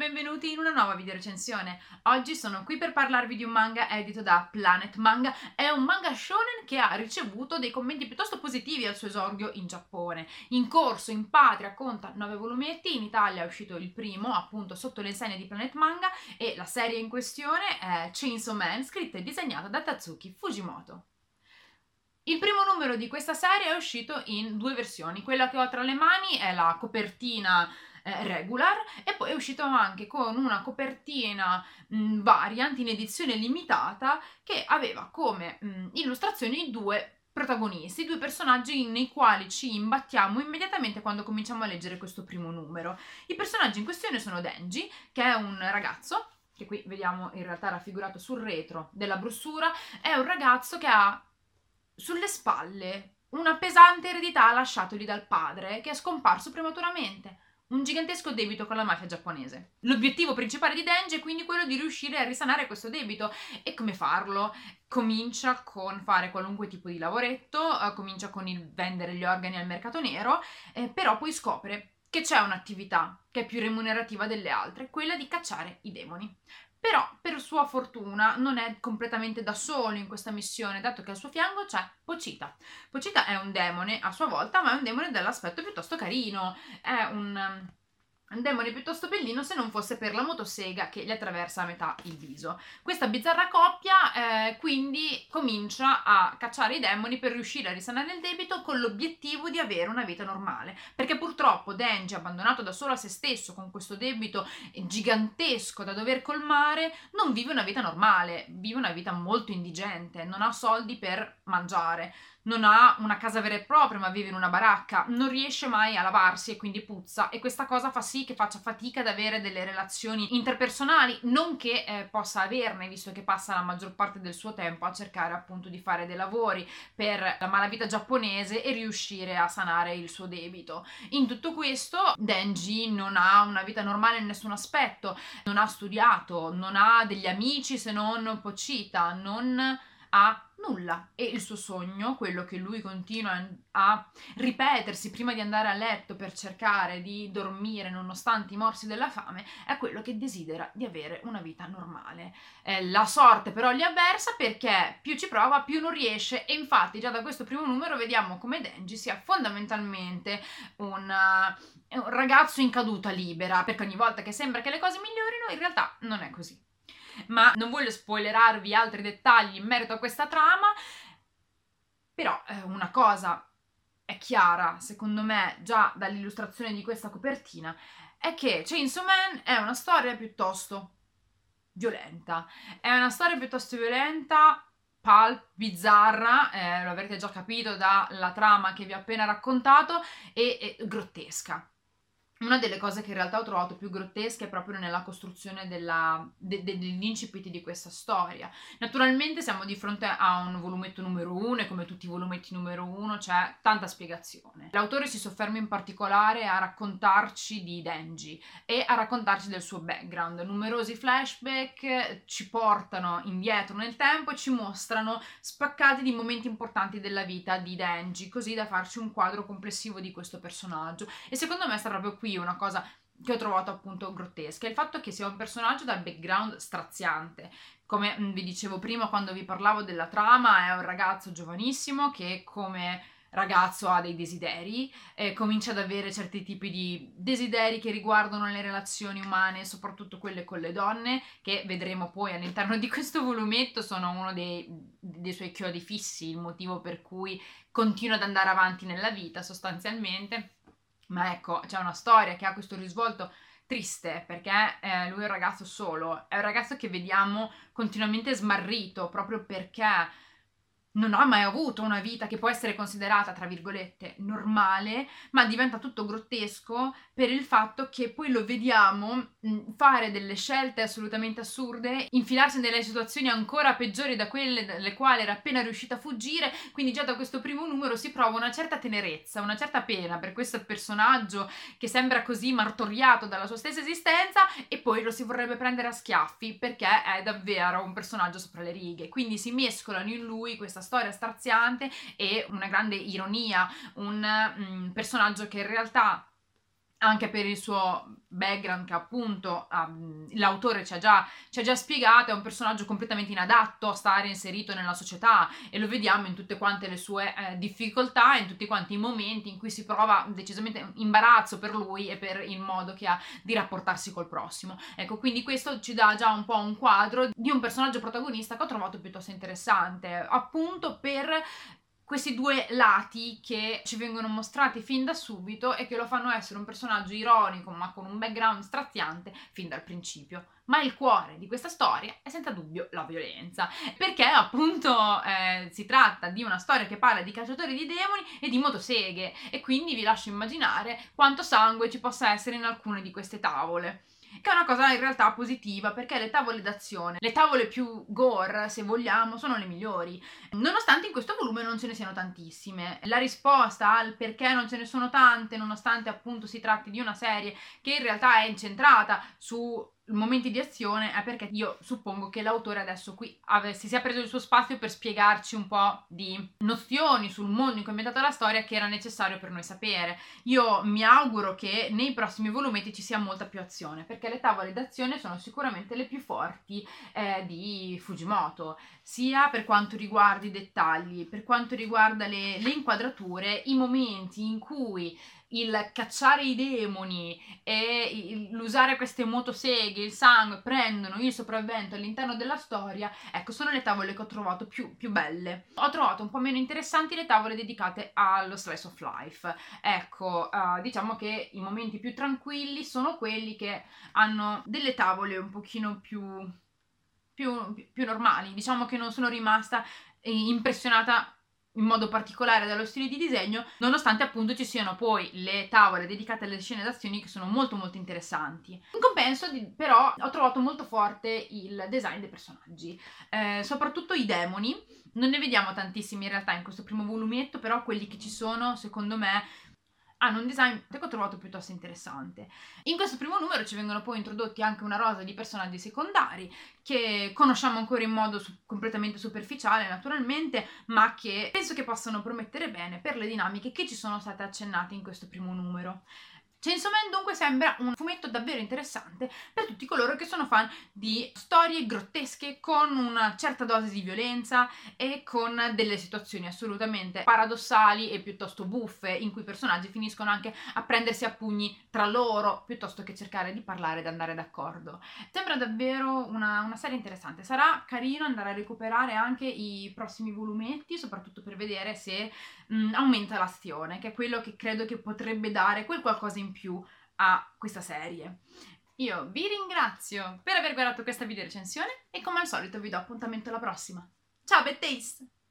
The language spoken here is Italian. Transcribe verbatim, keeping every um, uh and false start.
benvenuti in una nuova video recensione. Oggi sono qui per parlarvi di un manga edito da Planet Manga. È un manga shonen che ha ricevuto dei commenti piuttosto positivi al suo esordio in Giappone. In corso, in patria, conta nove volumetti, in Italia è uscito il primo, appunto sotto le insegne di Planet Manga, e la serie in questione è Chainsaw Man, scritta e disegnata da Tatsuki Fujimoto. Il primo numero di questa serie è uscito in due versioni. Quella che ho tra le mani è la copertina eh, regular, e poi è uscito anche con una copertina mh, variant in edizione limitata che aveva come mh, illustrazioni due protagonisti, due personaggi nei quali ci imbattiamo immediatamente quando cominciamo a leggere questo primo numero. I personaggi in questione sono Denji, che è un ragazzo che qui vediamo in realtà raffigurato sul retro della brossura. È un ragazzo che ha sulle spalle una pesante eredità lasciatogli dal padre, che è scomparso prematuramente. Un gigantesco debito con la mafia giapponese. L'obiettivo principale di Denji è quindi quello di riuscire a risanare questo debito. E come farlo? Comincia con fare qualunque tipo di lavoretto, eh, comincia con il vendere gli organi al mercato nero, eh, però poi scopre che c'è un'attività che è più remunerativa delle altre, quella di cacciare i demoni. Però, per sua fortuna, non è completamente da solo in questa missione, dato che al suo fianco c'è Pochita. Pochita è un demone a sua volta, ma è un demone dall'aspetto piuttosto carino. È un... un demone piuttosto bellino, se non fosse per la motosega che gli attraversa a metà il viso. Questa bizzarra coppia eh, quindi comincia a cacciare i demoni per riuscire a risanare il debito, con l'obiettivo di avere una vita normale, perché purtroppo Denji, abbandonato da solo a se stesso con questo debito gigantesco da dover colmare, non vive una vita normale, vive una vita molto indigente, non ha soldi per mangiare, non ha una casa vera e propria, ma vive in una baracca, non riesce mai a lavarsi e quindi puzza, e questa cosa fa sì che faccia fatica ad avere delle relazioni interpersonali, non che eh, possa averne, visto che passa la maggior parte del suo tempo a cercare appunto di fare dei lavori per la malavita giapponese e riuscire a sanare il suo debito. In tutto questo Denji non ha una vita normale in nessun aspetto, non ha studiato, non ha degli amici se non Pochita, non ha nulla, e il suo sogno, quello che lui continua a ripetersi prima di andare a letto per cercare di dormire nonostante i morsi della fame, è quello che desidera di avere una vita normale. Eh, la sorte però gli è avversa, perché più ci prova più non riesce, e infatti già da questo primo numero vediamo come Denji sia fondamentalmente un, uh, un ragazzo in caduta libera, perché ogni volta che sembra che le cose migliorino in realtà non è così. Ma non voglio spoilerarvi altri dettagli in merito a questa trama, però eh, una cosa è chiara, secondo me, già dall'illustrazione di questa copertina, è che Chainsaw Man è una storia piuttosto violenta. È una storia piuttosto violenta, pulp, bizzarra, eh, lo avrete già capito dalla trama che vi ho appena raccontato, e, e grottesca. Una delle cose che in realtà ho trovato più grottesche è proprio nella costruzione della, de, de, degli incipiti di questa storia. Naturalmente siamo di fronte a un volumetto numero uno, e come tutti i volumetti numero uno c'è tanta spiegazione. L'autore si sofferma in particolare a raccontarci di Denji e a raccontarci del suo background. Numerosi flashback ci portano indietro nel tempo e ci mostrano spaccati di momenti importanti della vita di Denji, così da farci un quadro complessivo di questo personaggio. E secondo me sta proprio qui una cosa che ho trovato appunto grottesca, il fatto che sia un personaggio dal background straziante. Come vi dicevo prima quando vi parlavo della trama, è un ragazzo giovanissimo che come ragazzo ha dei desideri, eh, comincia ad avere certi tipi di desideri che riguardano le relazioni umane, soprattutto quelle con le donne, che vedremo poi all'interno di questo volumetto sono uno dei, dei suoi chiodi fissi, il motivo per cui continua ad andare avanti nella vita sostanzialmente. Ma ecco, c'è una storia che ha questo risvolto triste, perché eh, lui è un ragazzo solo, è un ragazzo che vediamo continuamente smarrito, proprio perché non ha mai avuto una vita che può essere considerata, tra virgolette, normale, ma diventa tutto grottesco per il fatto che poi lo vediamo mh, fare delle scelte assolutamente assurde, infilarsi in delle situazioni ancora peggiori da quelle dalle quali era appena riuscito a fuggire. Quindi già da questo primo numero si prova una certa tenerezza, una certa pena per questo personaggio che sembra così martoriato dalla sua stessa esistenza, e poi lo si vorrebbe prendere a schiaffi perché è davvero un personaggio sopra le righe. Quindi si mescolano in lui questa storia straziante e una grande ironia, un mm, personaggio che in realtà anche per il suo background che appunto um, l'autore ci ha, già, ci ha già spiegato, è un personaggio completamente inadatto a stare inserito nella società, e lo vediamo in tutte quante le sue eh, difficoltà, in tutti quanti i momenti in cui si prova decisamente imbarazzo per lui e per il modo che ha di rapportarsi col prossimo. Ecco, quindi questo ci dà già un po' un quadro di un personaggio protagonista che ho trovato piuttosto interessante, appunto per questi due lati che ci vengono mostrati fin da subito e che lo fanno essere un personaggio ironico ma con un background straziante fin dal principio. Ma il cuore di questa storia è senza dubbio la violenza, perché appunto eh, si tratta di una storia che parla di cacciatori di demoni e di motoseghe, e quindi vi lascio immaginare quanto sangue ci possa essere in alcune di queste tavole. Che è una cosa in realtà positiva, perché le tavole d'azione, le tavole più gore, se vogliamo, sono le migliori, nonostante in questo volume non ce ne siano tantissime. La risposta al perché non ce ne sono tante, nonostante appunto si tratti di una serie che in realtà è incentrata su momenti di azione, è perché io suppongo che l'autore adesso qui si sia preso il suo spazio per spiegarci un po' di nozioni sul mondo in cui è ambientata la storia che era necessario per noi sapere. Io mi auguro che nei prossimi volumetti ci sia molta più azione, perché le tavole d'azione sono sicuramente le più forti eh, di Fujimoto, sia per quanto riguarda i dettagli, per quanto riguarda le, le inquadrature, i momenti in cui il cacciare i demoni e l'usare queste motoseghe, il sangue, prendono il sopravvento all'interno della storia. Ecco, sono le tavole che ho trovato più, più belle. Ho trovato un po' meno interessanti le tavole dedicate allo slice of life. Ecco, uh, diciamo che i momenti più tranquilli sono quelli che hanno delle tavole un pochino più, più, più normali. Diciamo che non sono rimasta impressionata in modo particolare dallo stile di disegno, nonostante appunto ci siano poi le tavole dedicate alle scene d'azione che sono molto molto interessanti. In compenso di, però ho trovato molto forte il design dei personaggi, eh, soprattutto i demoni. Non ne vediamo tantissimi in realtà in questo primo volumetto, però quelli che ci sono secondo me hanno un design che ho trovato piuttosto interessante. In questo primo numero ci vengono poi introdotti anche una rosa di personaggi secondari che conosciamo ancora in modo su- completamente superficiale naturalmente, ma che penso che possano promettere bene per le dinamiche che ci sono state accennate in questo primo numero. Chainsaw Man dunque sembra un fumetto davvero interessante per tutti coloro che sono fan di storie grottesche con una certa dose di violenza e con delle situazioni assolutamente paradossali e piuttosto buffe, in cui i personaggi finiscono anche a prendersi a pugni tra loro piuttosto che cercare di parlare ed andare d'accordo. Sembra davvero una, una serie interessante. Sarà carino andare a recuperare anche i prossimi volumetti, soprattutto per vedere se mh, aumenta l'azione, che è quello che credo che potrebbe dare quel qualcosa in più a questa serie. Io vi ringrazio per aver guardato questa video recensione e come al solito vi do appuntamento alla prossima. Ciao Bad Taste!